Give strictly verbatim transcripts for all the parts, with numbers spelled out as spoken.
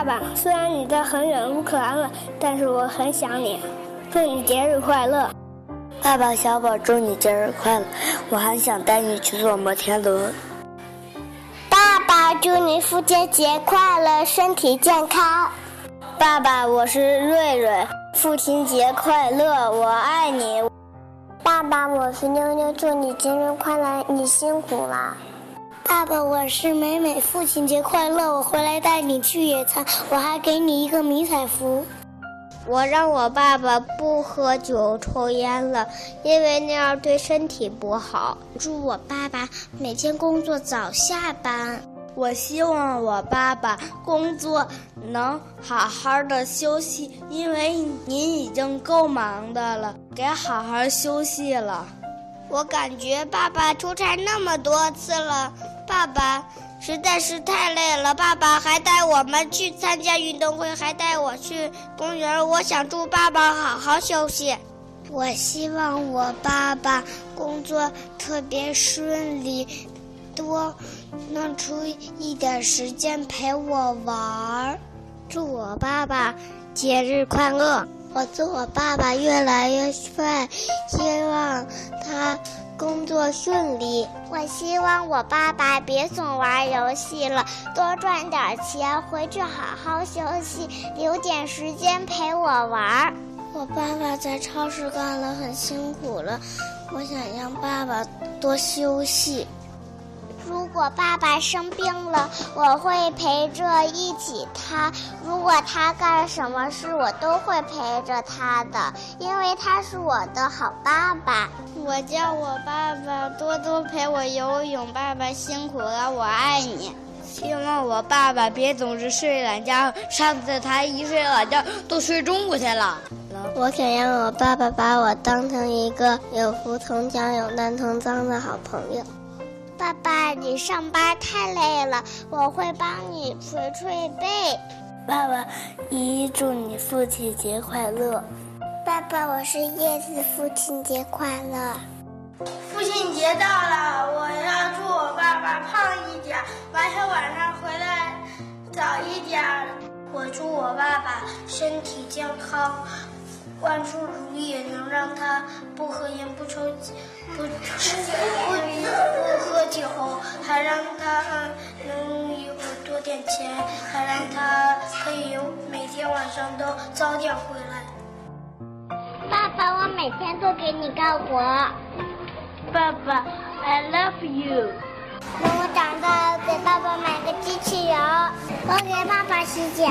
爸爸，虽然你在很远乌克兰了，但是我很想你。祝你节日快乐。 爸爸，小宝，祝你节日快乐。我还想带你去坐摩天轮。 爸爸，祝你父亲节快乐，身体健康。 爸爸，我是瑞瑞，父亲节快乐，我爱你。 爸爸，我是妞妞，祝你节日快乐，你辛苦了。 爸爸，我是美美，父亲节快乐，我回来带你去野餐，我还给你一个迷彩服。 我让我爸爸不喝酒抽烟了，因为那样对身体不好。祝我爸爸每天工作早下班。 我希望我爸爸工作能好好的休息，因为您已经够忙的了，该好好休息了。 我感觉爸爸出差那么多次了，爸爸实在是太累了。爸爸还带我们去参加运动会，还带我去公园。我想祝爸爸好好休息。 我希望我爸爸工作特别顺利，多弄出一点时间陪我玩。 祝我爸爸节日快乐。 我祝我爸爸越来越帅，希望他工作顺利。 我希望我爸爸别总玩游戏了，多赚点钱，回去好好休息，留点时间陪我玩。 我爸爸在超市干了很辛苦了，我想让爸爸多休息。 如果爸爸生病了，我会陪着一起他。如果他干什么事，我都会陪着他的，因为他是我的好爸爸。 我叫我爸爸多多陪我游泳，爸爸辛苦了，我爱你。 希望我爸爸别总是睡懒觉，上次他一睡懒觉都睡中午去了。 我想让我爸爸把我当成一个有福同享有难同当的好朋友。 爸爸，你上班太累了，我会帮你捶捶背。 爸爸，姨姨祝你父亲节快乐。 爸爸，我是叶子，父亲节快乐。 父亲节到了，我要祝我爸爸胖一点，完事晚上回来早一点。我祝我爸爸身体健康，万事如意，能让他不喝烟不抽不不不喝酒，还让他能有多点钱，还让他可以每天晚上都早点回来。 爸爸，我每天都给你干活。 爸爸 I love you。 等我长大给爸爸买个机器人，我给爸爸洗脚。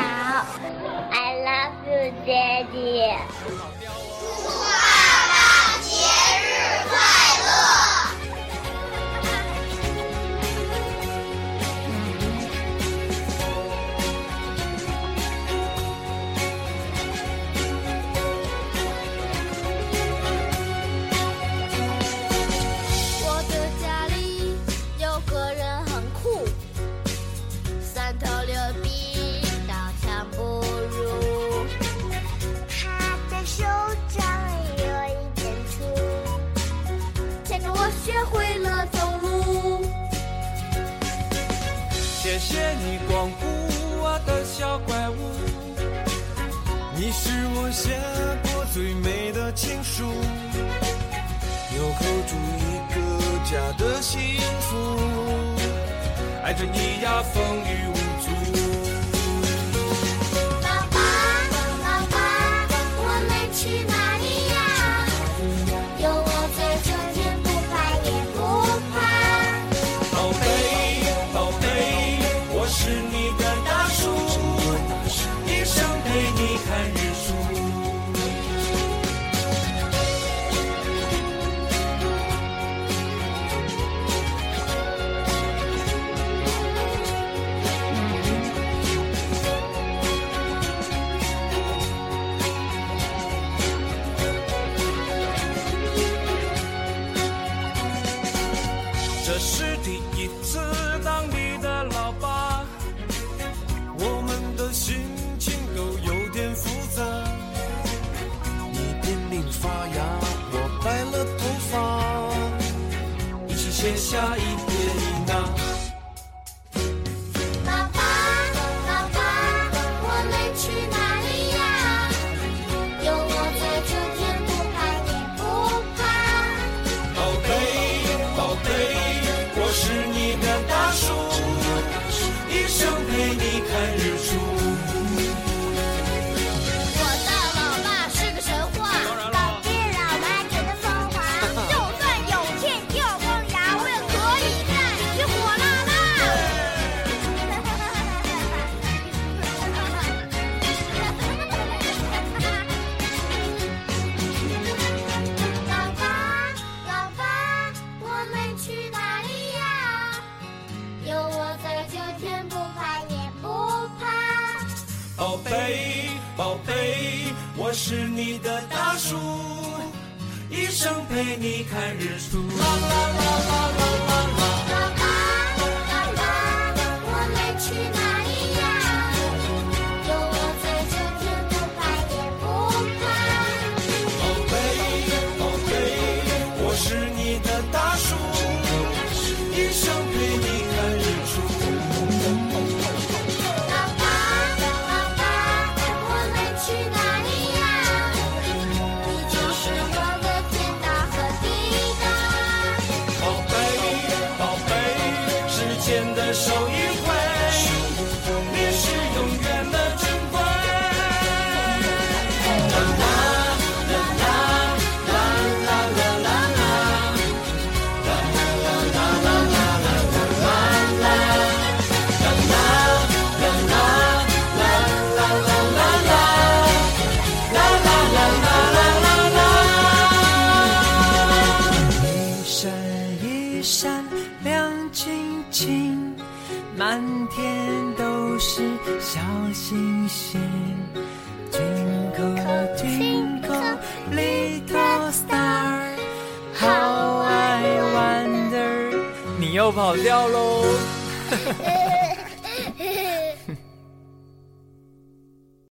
I love you Daddy。 祝爸爸节日快乐。 谢谢你光顾我的小怪物，你是我写过最美的情书，有口住一个家的幸福，爱着你呀风雨无阻。 爸爸爸爸，我们去哪里呀？有我在这天不怕也不怕。 宝贝宝贝，我是你的大树，一生陪你看日出。这是第一次当你的老爸，我们的心情都有点复杂。你濒临发芽，我白了头发，一起写下一篇呐。 爸爸爸爸，我是你的大树，一生陪你看日出。啦啦啦啦啦啦啦。 爸爸，爸爸，我们去哪里呀？有我在，这天不怕也不怕。 宝贝，宝贝，我是你的大树，一生陪你看日出。 爸爸，爸爸，我们去哪里呀？你就是我的天大和地大。 宝贝，宝贝，时间的手一挥，你是永远的珍贵。啦啦啦啦啦啦啦啦啦，啦啦啦啦啦啦啦啦啦，啦啦啦啦啦啦啦啦啦，啦啦啦啦啦啦。一闪一闪亮晶晶，满天都是小星星。Twinkle twinkle little star, how I wonder。你又跑掉喽。